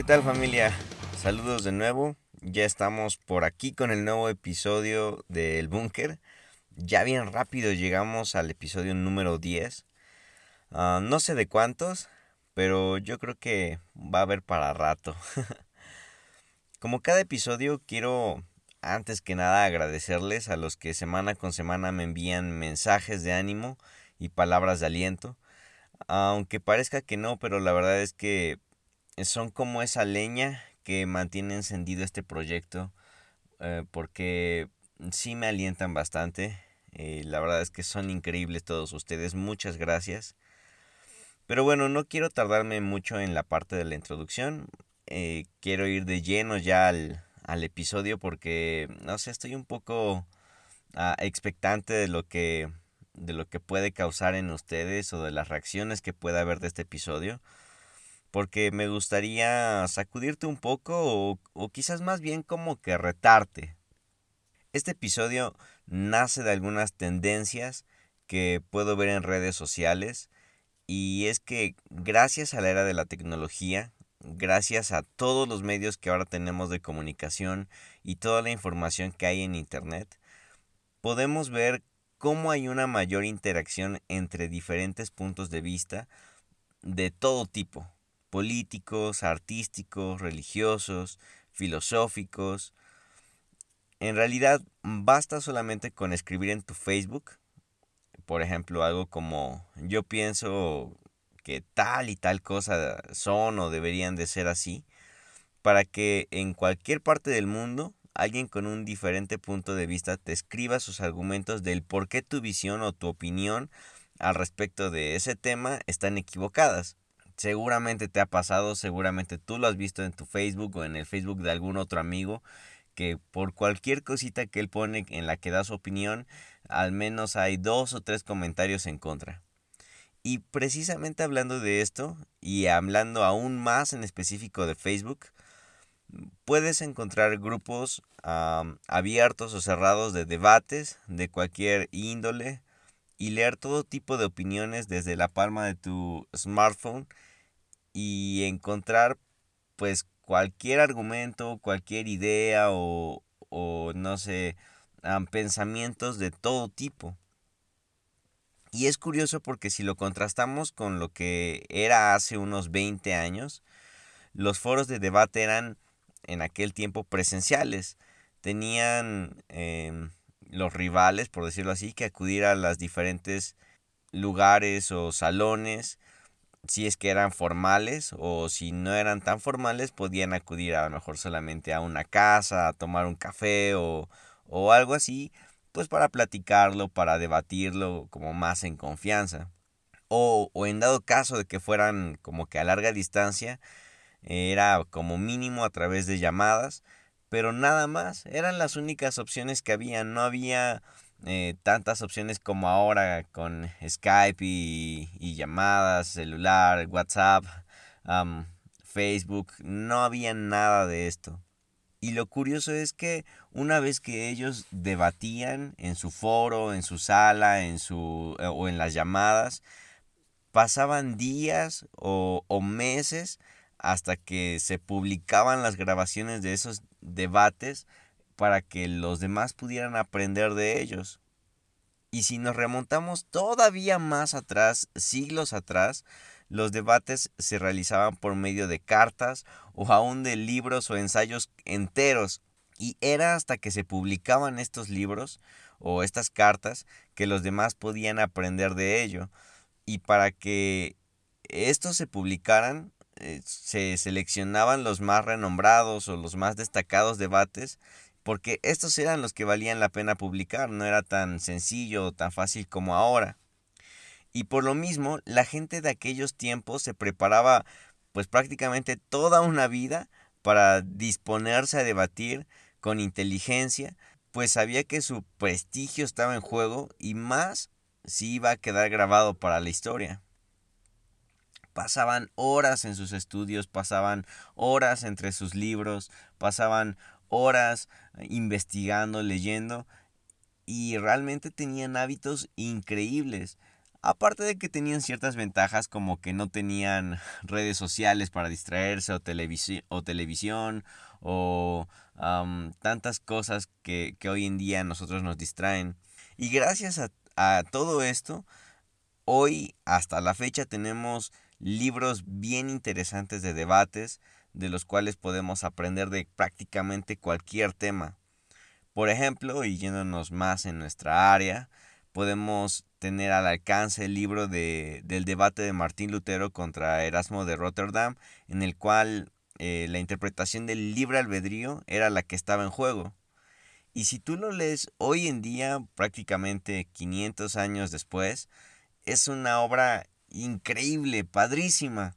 tal, familia? Saludos de nuevo. Ya estamos por aquí con el nuevo episodio del Búnker. Ya bien rápido llegamos al episodio número 10. No sé de cuántos, pero yo creo que va a haber para rato. Como cada episodio, quiero antes que nada agradecerles a los que semana con semana me envían mensajes de ánimo y palabras de aliento. Aunque parezca que no, pero la verdad es que son como esa leña que mantiene encendido este proyecto, porque sí me alientan bastante. La verdad es que son increíbles todos ustedes, muchas gracias. Pero bueno, no quiero tardarme mucho en la parte de la introducción. Quiero ir de lleno ya al episodio porque, no sé, estoy un poco expectante de lo que puede causar en ustedes o de las reacciones que pueda haber de este episodio, porque me gustaría sacudirte un poco o quizás más bien como que retarte. Este episodio nace de algunas tendencias que puedo ver en redes sociales, y es que gracias a la era de la tecnología, gracias a todos los medios que ahora tenemos de comunicación y toda la información que hay en internet, podemos ver cómo hay una mayor interacción entre diferentes puntos de vista de todo tipo: políticos, artísticos, religiosos, filosóficos. En realidad, basta solamente con escribir en tu Facebook, por ejemplo, algo como: yo pienso que tal y tal cosa son o deberían de ser así, para que en cualquier parte del mundo alguien con un diferente punto de vista te escriba sus argumentos del por qué tu visión o tu opinión al respecto de ese tema están equivocadas. Seguramente te ha pasado, seguramente tú lo has visto en tu Facebook o en el Facebook de algún otro amigo, que por cualquier cosita que él pone en la que da su opinión, al menos hay 2 o 3 comentarios en contra. Y precisamente hablando de esto, y hablando aún más en específico de Facebook, puedes encontrar grupos abiertos o cerrados de debates de cualquier índole, y leer todo tipo de opiniones desde la palma de tu smartphone, y encontrar pues cualquier argumento, cualquier idea o no sé, pensamientos de todo tipo. Y es curioso porque si lo contrastamos con lo que era hace unos 20 años, los foros de debate eran en aquel tiempo presenciales. Tenían los rivales, por decirlo así, que acudir a los diferentes lugares o salones, si es que eran formales, o si no eran tan formales podían acudir a lo mejor solamente a una casa, a tomar un café o algo así, pues para platicarlo, para debatirlo como más en confianza. O en dado caso de que fueran como que a larga distancia, era como mínimo a través de llamadas, pero nada más, eran las únicas opciones que había. No había tantas opciones como ahora con Skype y llamadas, celular, WhatsApp, am, Facebook. No había nada de esto. Y lo curioso es que una vez que ellos debatían en su foro, en su sala, o en las llamadas, pasaban días o meses hasta que se publicaban las grabaciones de esos debates para que los demás pudieran aprender de ellos. Y si nos remontamos todavía más atrás, siglos atrás, los debates se realizaban por medio de cartas o aún de libros o ensayos enteros. Y era hasta que se publicaban estos libros o estas cartas que los demás podían aprender de ello. Y para que estos se publicaran, se seleccionaban los más renombrados o los más destacados debates, porque estos eran los que valían la pena publicar. No era tan sencillo o tan fácil como ahora. Y por lo mismo, la gente de aquellos tiempos se preparaba pues prácticamente toda una vida para disponerse a debatir con inteligencia, pues sabía que su prestigio estaba en juego, y más si iba a quedar grabado para la historia. Pasaban horas en sus estudios, pasaban horas entre sus libros, pasaban horas investigando, leyendo, y realmente tenían hábitos increíbles. Aparte de que tenían ciertas ventajas como que no tenían redes sociales para distraerse o televisión o tantas cosas que hoy en día a nosotros nos distraen. Y gracias a todo esto, hoy hasta la fecha tenemos libros bien interesantes de debates de los cuales podemos aprender de prácticamente cualquier tema. Por ejemplo, y yéndonos más en nuestra área, podemos tener al alcance el libro del debate de Martín Lutero contra Erasmo de Rotterdam, en el cual la interpretación del libre albedrío era la que estaba en juego. Y si tú lo lees hoy en día, prácticamente 500 años después, es una obra increíble, padrísima.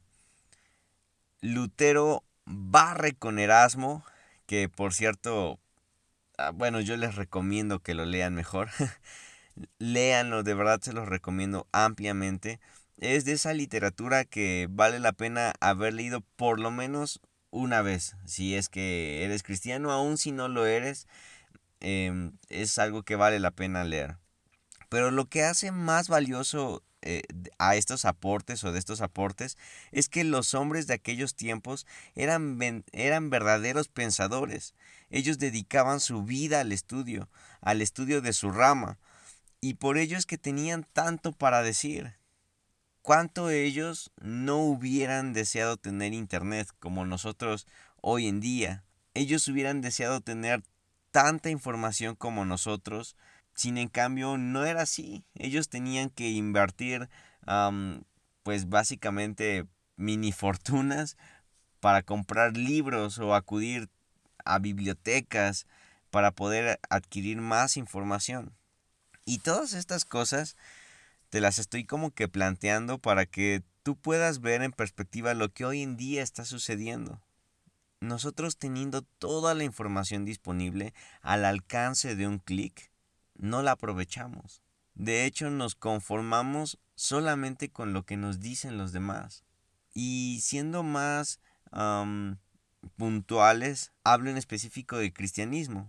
Lutero barre con Erasmo, que por cierto, bueno, yo les recomiendo que lo lean mejor. Léanlo, de verdad se los recomiendo ampliamente. Es de esa literatura que vale la pena haber leído por lo menos una vez. Si es que eres cristiano, aún si no lo eres, es algo que vale la pena leer. Pero lo que hace más valioso a estos aportes o de estos aportes es que los hombres de aquellos tiempos eran verdaderos pensadores. Ellos dedicaban su vida al estudio de su rama. Y por ello es que tenían tanto para decir. ¿Cuánto ellos no hubieran deseado tener internet como nosotros hoy en día? Ellos hubieran deseado tener tanta información como nosotros, sin en cambio no era así. Ellos tenían que invertir, pues básicamente mini fortunas para comprar libros o acudir a bibliotecas para poder adquirir más información. Y todas estas cosas te las estoy como que planteando para que tú puedas ver en perspectiva lo que hoy en día está sucediendo. Nosotros teniendo toda la información disponible al alcance de un clic, no la aprovechamos. De hecho, nos conformamos solamente con lo que nos dicen los demás. Y siendo más puntuales, hablo en específico de cristianismo.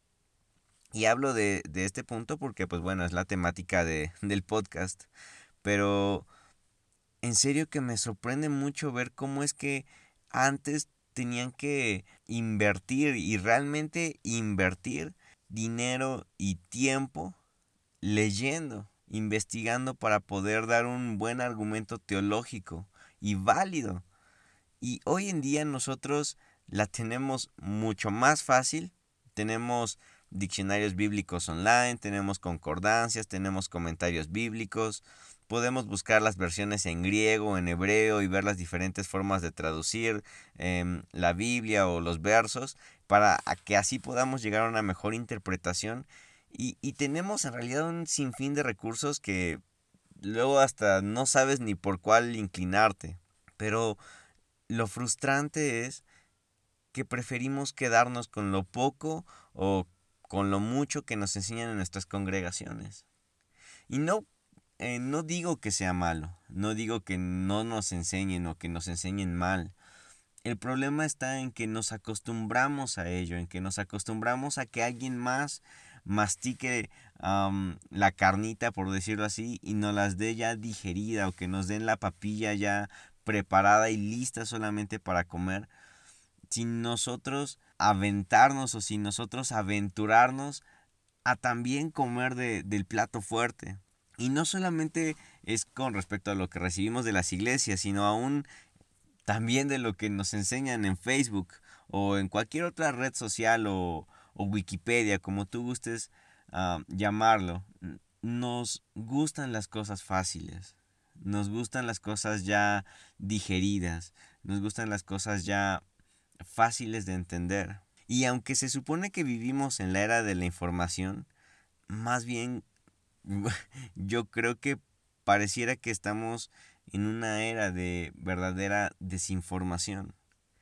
Y hablo de este punto porque, pues bueno, es la temática del podcast. Pero en serio que me sorprende mucho ver cómo es que antes tenían que invertir y realmente invertir dinero y tiempo leyendo, investigando para poder dar un buen argumento teológico y válido. Y hoy en día nosotros la tenemos mucho más fácil. Tenemos diccionarios bíblicos online, tenemos concordancias, tenemos comentarios bíblicos. Podemos buscar las versiones en griego, en hebreo y ver las diferentes formas de traducir la Biblia o los versos para que así podamos llegar a una mejor interpretación. Y tenemos en realidad un sinfín de recursos que luego hasta no sabes ni por cuál inclinarte. Pero lo frustrante es que preferimos quedarnos con lo poco o con lo mucho que nos enseñan en nuestras congregaciones. Y no digo que sea malo, no digo que no nos enseñen o que nos enseñen mal. El problema está en que nos acostumbramos a ello, en que nos acostumbramos a que alguien más mastique la carnita, por decirlo así, y nos las dé ya digerida o que nos den la papilla ya preparada y lista solamente para comer, sin nosotros aventarnos o sin nosotros aventurarnos a también comer del plato fuerte. Y no solamente es con respecto a lo que recibimos de las iglesias, sino aún también de lo que nos enseñan en Facebook o en cualquier otra red social o Wikipedia, como tú gustes llamarlo. Nos gustan las cosas fáciles, nos gustan las cosas ya digeridas, nos gustan las cosas ya fáciles de entender. Y aunque se supone que vivimos en la era de la información, más bien yo creo que pareciera que estamos en una era de verdadera desinformación.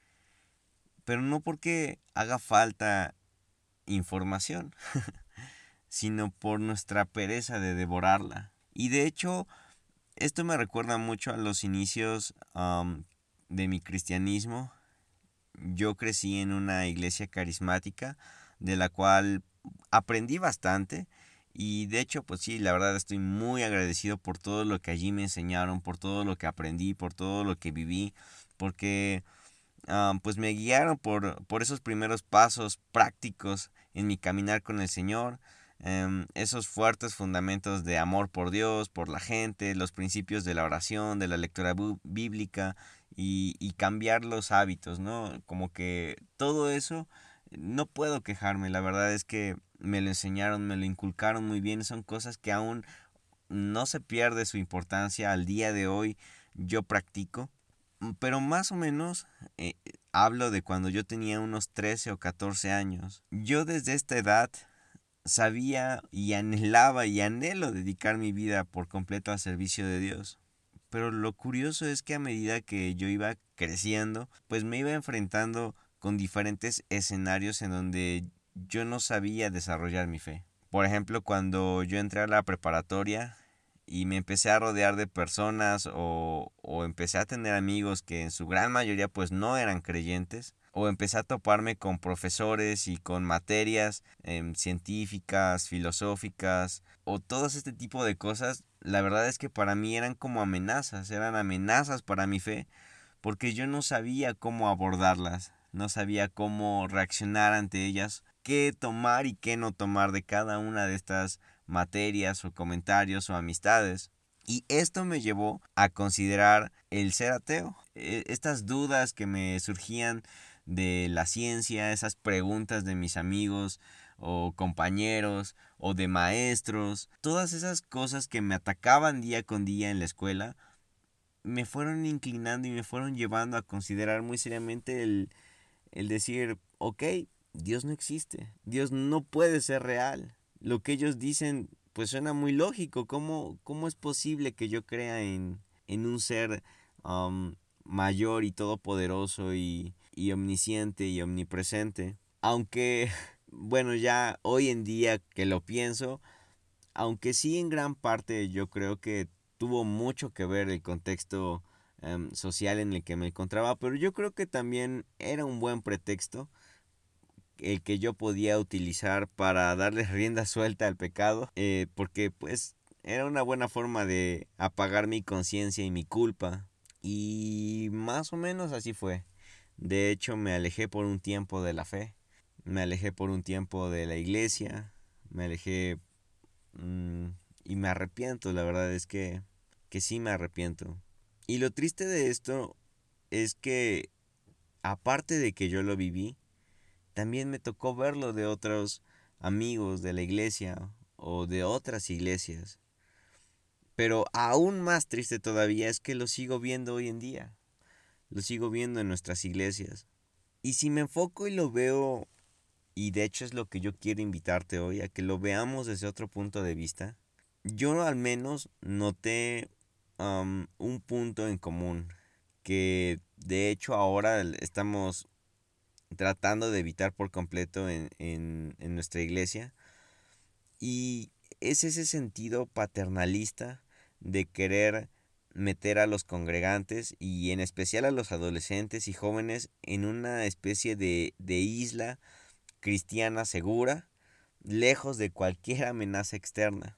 Pero no porque haga falta información, sino por nuestra pereza de devorarla. Y de hecho, esto me recuerda mucho a los inicios de mi cristianismo. Yo crecí en una iglesia carismática de la cual aprendí bastante Y de hecho, pues sí, la verdad estoy muy agradecido por todo lo que allí me enseñaron, por todo lo que aprendí, por todo lo que viví, porque pues me guiaron por esos primeros pasos prácticos en mi caminar con el Señor, esos fuertes fundamentos de amor por Dios, por la gente, los principios de la oración, de la lectura bíblica y cambiar los hábitos, ¿no? Como que todo eso, no puedo quejarme, la verdad es que me lo enseñaron, me lo inculcaron muy bien, son cosas que aún no se pierde su importancia al día de hoy, yo practico. Pero más o menos hablo de cuando yo tenía unos 13 o 14 años. Yo desde esta edad sabía y anhelaba y anhelo dedicar mi vida por completo al servicio de Dios. Pero lo curioso es que a medida que yo iba creciendo, pues me iba enfrentando con diferentes escenarios en donde yo no sabía desarrollar mi fe. Por ejemplo, cuando yo entré a la preparatoria y me empecé a rodear de personas o empecé a tener amigos que en su gran mayoría pues no eran creyentes, o empecé a toparme con profesores y con materias científicas, filosóficas o todo este tipo de cosas, la verdad es que para mí eran amenazas para mi fe, porque yo no sabía cómo abordarlas, no sabía cómo reaccionar ante ellas, qué tomar y qué no tomar de cada una de estas materias o comentarios o amistades. Y esto me llevó a considerar el ser ateo. Estas dudas que me surgían de la ciencia, esas preguntas de mis amigos o compañeros o de maestros, todas esas cosas que me atacaban día con día en la escuela, me fueron inclinando y me fueron llevando a considerar muy seriamente el decir, ok, Dios no existe, Dios no puede ser real. Lo que ellos dicen pues suena muy lógico. ¿Cómo es posible que yo crea en un ser mayor y todopoderoso y omnisciente y omnipresente? Aunque, bueno, ya hoy en día que lo pienso, aunque sí en gran parte yo creo que tuvo mucho que ver el contexto social en el que me encontraba, pero yo creo que también era un buen pretexto el que yo podía utilizar para darle rienda suelta al pecado, porque pues era una buena forma de apagar mi conciencia y mi culpa. Y más o menos así fue. De hecho, me alejé por un tiempo de la fe, me alejé por un tiempo de la iglesia, me alejé mm, y me arrepiento, la verdad es que sí me arrepiento. Y lo triste de esto es que, aparte de que yo lo viví, también me tocó verlo de otros amigos de la iglesia o de otras iglesias. Pero aún más triste todavía es que lo sigo viendo hoy en día. Lo sigo viendo en nuestras iglesias. Y si me enfoco y lo veo, y de hecho es lo que yo quiero invitarte hoy, a que lo veamos desde otro punto de vista, yo al menos noté un punto en común que de hecho ahora estamos tratando de evitar por completo en nuestra iglesia. Y es ese sentido paternalista de querer meter a los congregantes y en especial a los adolescentes y jóvenes en una especie de isla cristiana segura, lejos de cualquier amenaza externa.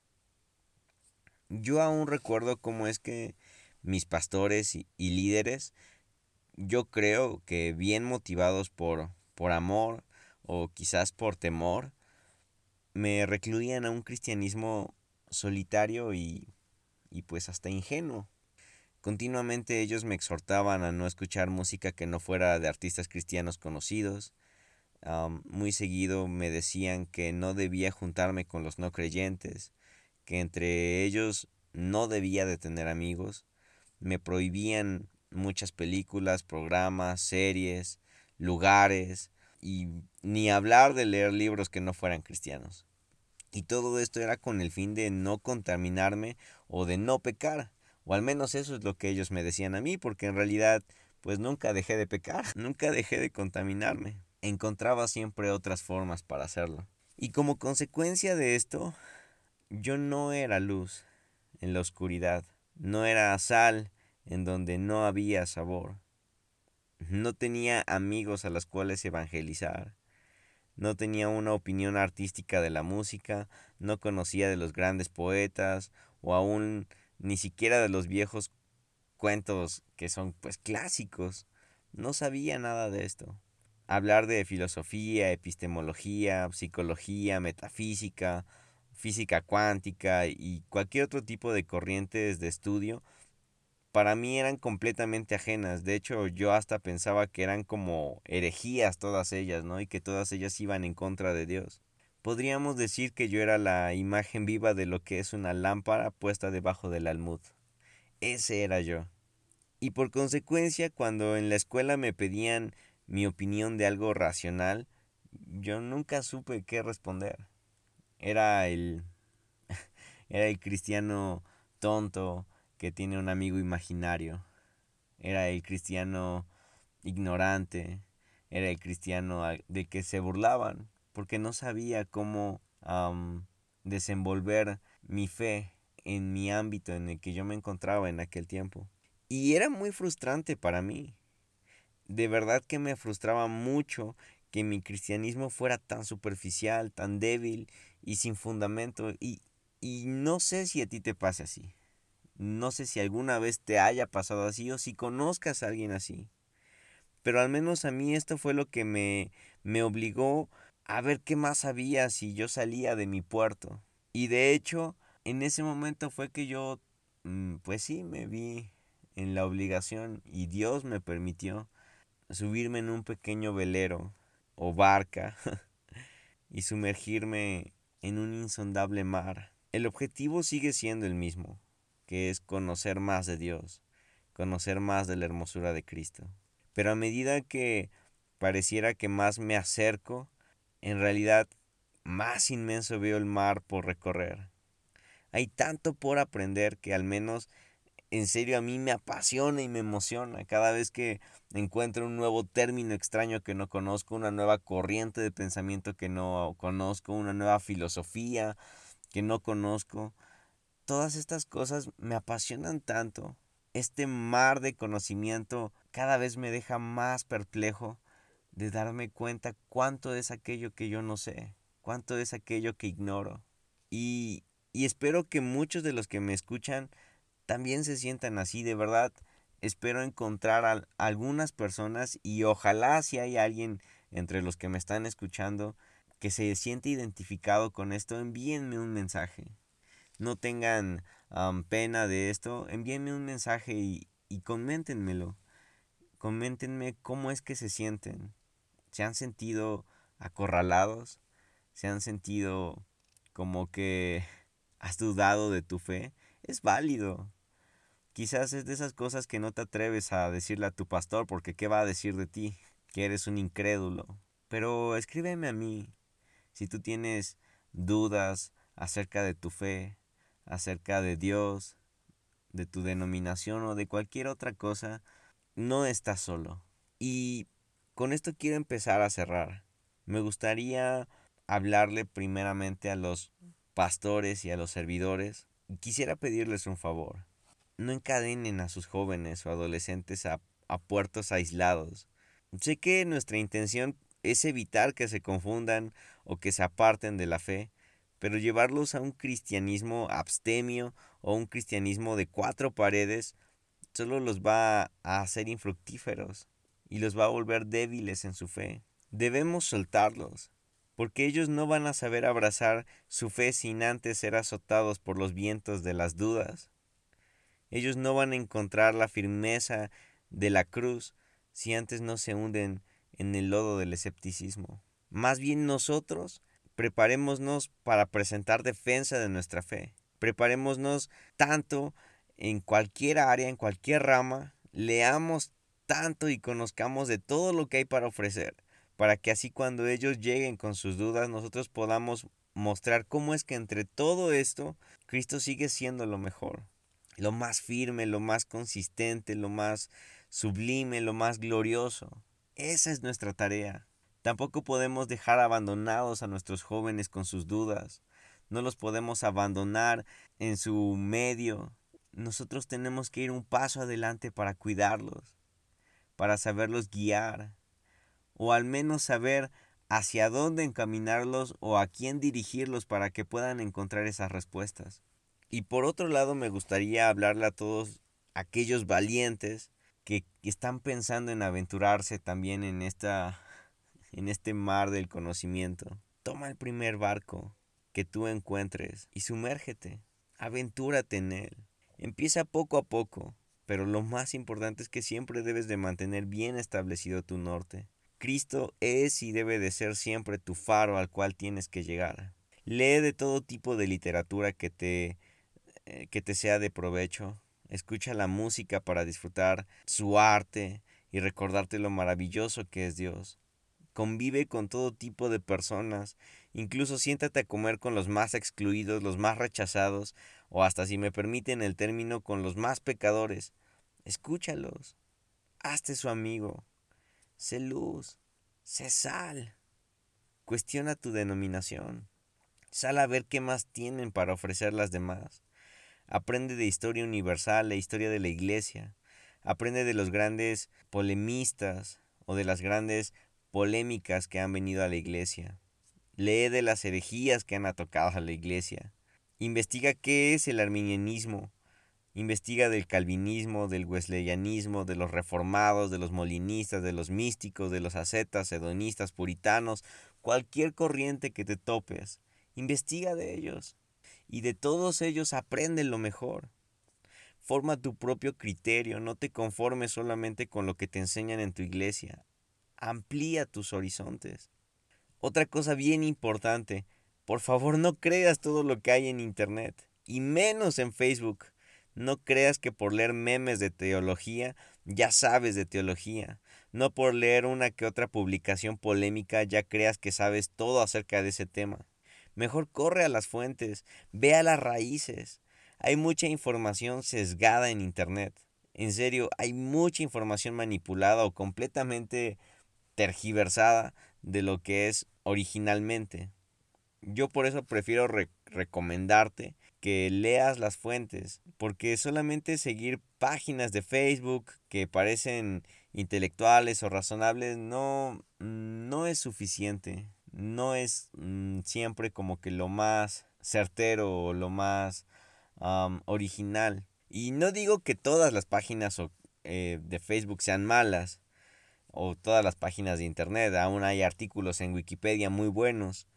Yo aún recuerdo cómo es que mis pastores y líderes, yo creo que bien motivados por amor o quizás por temor, me recluían a un cristianismo solitario y pues hasta ingenuo. Continuamente ellos me exhortaban a no escuchar música que no fuera de artistas cristianos conocidos. Muy seguido me decían que no debía juntarme con los no creyentes, que entre ellos no debía de tener amigos. Me prohibían muchas películas, programas, series, lugares y ni hablar de leer libros que no fueran cristianos. Y todo esto era con el fin de no contaminarme o de no pecar. O al menos eso es lo que ellos me decían a mí, porque en realidad pues nunca dejé de pecar, nunca dejé de contaminarme. Encontraba siempre otras formas para hacerlo. Y como consecuencia de esto, yo no era luz en la oscuridad, no era sal en donde no había sabor, no tenía amigos a los cuales evangelizar, no tenía una opinión artística de la música, no conocía de los grandes poetas o aún ni siquiera de los viejos cuentos que son pues clásicos. No sabía nada de esto. Hablar de filosofía, epistemología, psicología, metafísica, física cuántica y cualquier otro tipo de corrientes de estudio, para mí eran completamente ajenas. De hecho, yo hasta pensaba que eran como herejías todas ellas, ¿no? Y que todas ellas iban en contra de Dios. Podríamos decir que yo era la imagen viva de lo que es una lámpara puesta debajo del almud. Ese era yo. Y por consecuencia, cuando en la escuela me pedían mi opinión de algo racional, yo nunca supe qué responder. Era el, era el cristiano tonto que tiene un amigo imaginario. Era el cristiano ignorante. Era el cristiano de que se burlaban porque no sabía cómo desenvolver mi fe en mi ámbito en el que yo me encontraba en aquel tiempo. Y era muy frustrante para mí. De verdad que me frustraba mucho que mi cristianismo fuera tan superficial, tan débil y sin fundamento. Y no sé si a ti te pasa así. No sé si alguna vez te haya pasado así o si conozcas a alguien así. Pero al menos a mí esto fue lo que me obligó a ver qué más había si yo salía de mi puerto. Y de hecho, en ese momento fue que yo, pues sí, me vi en la obligación y Dios me permitió subirme en un pequeño velero o barca y sumergirme en un insondable mar. El objetivo sigue siendo el mismo, que es conocer más de Dios, conocer más de la hermosura de Cristo. Pero a medida que pareciera que más me acerco, en realidad más inmenso veo el mar por recorrer. Hay tanto por aprender que al menos en serio a mí me apasiona y me emociona cada vez que encuentro un nuevo término extraño que no conozco, una nueva corriente de pensamiento que no conozco, una nueva filosofía que no conozco. Todas estas cosas me apasionan tanto. Este mar de conocimiento cada vez me deja más perplejo de darme cuenta cuánto es aquello que yo no sé, cuánto es aquello que ignoro. Y, y espero que muchos de los que me escuchan también se sientan así, de verdad. Espero encontrar a algunas personas y ojalá si hay alguien entre los que me están escuchando que se siente identificado con esto, envíenme un mensaje. No tengan pena de esto, envíenme un mensaje y coméntenmelo. Coméntenme cómo es que se sienten. ¿Se han sentido acorralados? ¿Se han sentido como que has dudado de tu fe? Es válido. Quizás es de esas cosas que no te atreves a decirle a tu pastor porque ¿qué va a decir de ti? Que eres un incrédulo. Pero escríbeme a mí si tú tienes dudas acerca de tu fe, acerca de Dios, de tu denominación o de cualquier otra cosa, no estás solo. Y con esto quiero empezar a cerrar. Me gustaría hablarle primeramente a los pastores y a los servidores. Quisiera pedirles un favor. No encadenen a sus jóvenes o adolescentes a puertos aislados. Sé que nuestra intención es evitar que se confundan o que se aparten de la fe, pero llevarlos a un cristianismo abstemio o un cristianismo de cuatro paredes solo los va a hacer infructíferos y los va a volver débiles en su fe. Debemos soltarlos, porque ellos no van a saber abrazar su fe sin antes ser azotados por los vientos de las dudas. Ellos no van a encontrar la firmeza de la cruz si antes no se hunden en el lodo del escepticismo. Más bien nosotros preparémonos para presentar defensa de nuestra fe. Preparémonos tanto en cualquier área, en cualquier rama, leamos tanto y conozcamos de todo lo que hay para ofrecer, para que así cuando ellos lleguen con sus dudas, nosotros podamos mostrar cómo es que entre todo esto, Cristo sigue siendo lo mejor, lo más firme, lo más consistente, lo más sublime, lo más glorioso. Esa es nuestra tarea. Tampoco podemos dejar abandonados a nuestros jóvenes con sus dudas. No los podemos abandonar en su medio. Nosotros tenemos que ir un paso adelante para cuidarlos, para saberlos guiar, o al menos saber hacia dónde encaminarlos o a quién dirigirlos para que puedan encontrar esas respuestas. Y por otro lado, me gustaría hablarle a todos aquellos valientes que están pensando en aventurarse también en este mar del conocimiento. Toma el primer barco que tú encuentres y sumérgete. Aventúrate en él. Empieza poco a poco, pero lo más importante es que siempre debes de mantener bien establecido tu norte. Cristo es y debe de ser siempre tu faro al cual tienes que llegar. Lee de todo tipo de literatura que te sea de provecho. Escucha la música para disfrutar su arte y recordarte lo maravilloso que es Dios. Convive con todo tipo de personas, incluso siéntate a comer con los más excluidos, los más rechazados, o hasta si me permiten el término, con los más pecadores. Escúchalos, hazte su amigo, sé luz, sé sal, cuestiona tu denominación, sal a ver qué más tienen para ofrecer las demás. Aprende de historia universal, la historia de la iglesia. Aprende de los grandes polemistas o de las grandes polémicas que han venido a la iglesia. Lee de las herejías que han atacado a la iglesia. Investiga qué es el arminianismo. Investiga del calvinismo, del wesleyanismo, de los reformados, de los molinistas, de los místicos, de los ascetas, hedonistas, puritanos, cualquier corriente que te topes. Investiga de ellos. Y de todos ellos aprende lo mejor. Forma tu propio criterio, no te conformes solamente con lo que te enseñan en tu iglesia. Amplía tus horizontes. Otra cosa bien importante, por favor no creas todo lo que hay en internet, y menos en Facebook. No creas que por leer memes de teología ya sabes de teología. No por leer una que otra publicación polémica ya creas que sabes todo acerca de ese tema. Mejor corre a las fuentes, ve a las raíces. Hay mucha información sesgada en internet. En serio, hay mucha información manipulada o completamente tergiversada de lo que es originalmente. Yo por eso prefiero recomendarte que leas las fuentes, porque solamente seguir páginas de Facebook que parecen intelectuales o razonables no es suficiente. No es siempre como que lo más certero o lo más original. Y no digo que todas las páginas de Facebook sean malas o todas las páginas de internet. Aún hay artículos en Wikipedia muy buenos.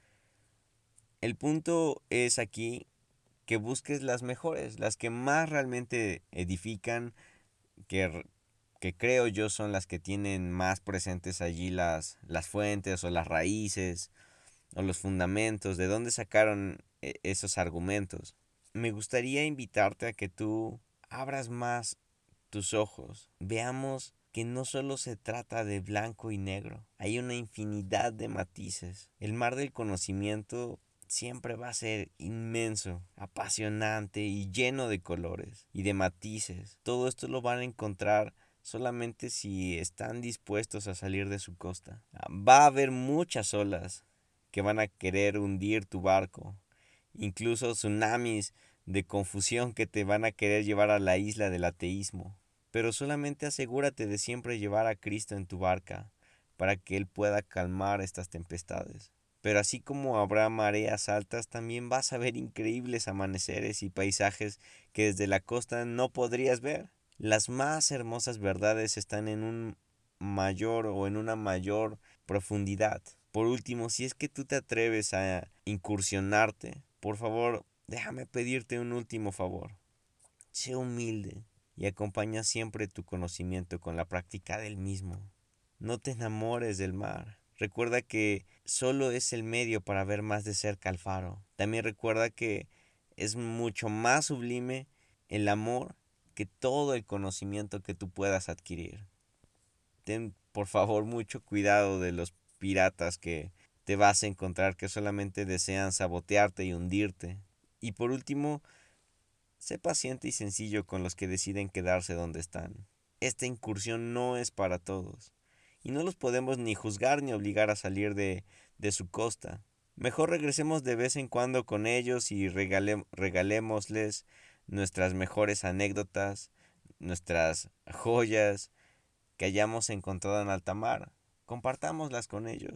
El punto es aquí que busques las mejores, las que más realmente edifican, que, que creo yo son las que tienen más presentes allí las fuentes o las raíces o los fundamentos, de dónde sacaron esos argumentos. Me gustaría invitarte a que tú abras más tus ojos, veamos que no solo se trata de blanco y negro, hay una infinidad de matices. El mar del conocimiento siempre va a ser inmenso, apasionante y lleno de colores y de matices. Todo esto lo van a encontrar solamente si están dispuestos a salir de su costa. Va a haber muchas olas que van a querer hundir tu barco, incluso tsunamis de confusión que te van a querer llevar a la isla del ateísmo. Pero solamente asegúrate de siempre llevar a Cristo en tu barca, para que Él pueda calmar estas tempestades. Pero así como habrá mareas altas, también vas a ver increíbles amaneceres y paisajes que desde la costa no podrías ver. Las más hermosas verdades están en un mayor o en una mayor profundidad. Por último, si es que tú te atreves a incursionarte, por favor, déjame pedirte un último favor. Sé humilde y acompaña siempre tu conocimiento con la práctica del mismo. No te enamores del mar. Recuerda que solo es el medio para ver más de cerca al faro. También recuerda que es mucho más sublime el amor que todo el conocimiento que tú puedas adquirir. Ten por favor mucho cuidado de los piratas que te vas a encontrar, que solamente desean sabotearte y hundirte. Y por último, sé paciente y sencillo con los que deciden quedarse donde están. Esta incursión no es para todos, y no los podemos ni juzgar ni obligar a salir de su costa. Mejor regresemos de vez en cuando con ellos y regalémosles nuestras mejores anécdotas, nuestras joyas que hayamos encontrado en alta mar. Compartámoslas con ellos.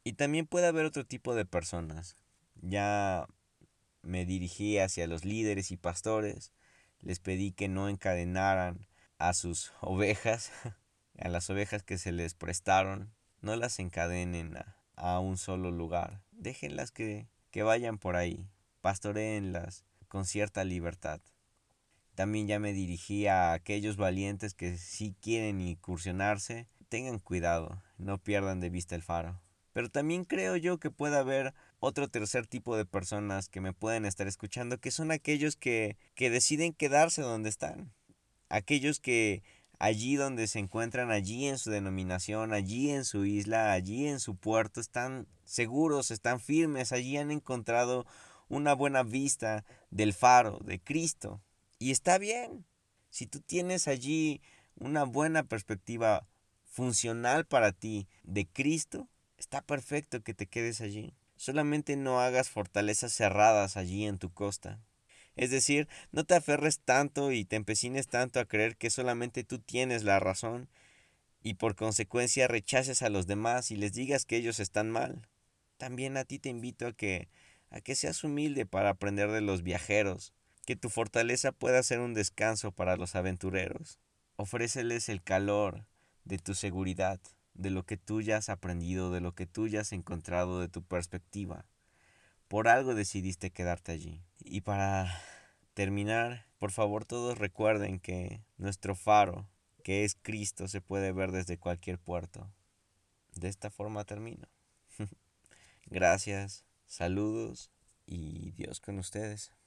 Y también puede haber otro tipo de personas. Ya me dirigí hacia los líderes y pastores, les pedí que no encadenaran a sus ovejas, a las ovejas que se les prestaron, no las encadenen a un solo lugar, déjenlas que vayan por ahí, pastoréenlas con cierta libertad. También ya me dirigí a aquellos valientes que si quieren incursionarse, tengan cuidado, no pierdan de vista el faro. Pero también creo yo que puede haber otro tercer tipo de personas que me pueden estar escuchando, que son aquellos que deciden quedarse donde están. Aquellos que allí donde se encuentran, allí en su denominación, allí en su isla, allí en su puerto, están seguros, están firmes, allí han encontrado una buena vista del faro, de Cristo. Y está bien. Si tú tienes allí una buena perspectiva funcional para ti de Cristo, está perfecto que te quedes allí. Solamente no hagas fortalezas cerradas allí en tu costa. Es decir, no te aferres tanto y te empecines tanto a creer que solamente tú tienes la razón y por consecuencia rechaces a los demás y les digas que ellos están mal. También a ti te invito a que seas humilde para aprender de los viajeros, que tu fortaleza pueda ser un descanso para los aventureros. Ofréceles el calor de tu seguridad, de lo que tú ya has aprendido, de lo que tú ya has encontrado, de tu perspectiva. Por algo decidiste quedarte allí. Y para terminar, por favor todos recuerden que nuestro faro, que es Cristo, se puede ver desde cualquier puerto. De esta forma termino. Gracias, saludos y Dios con ustedes.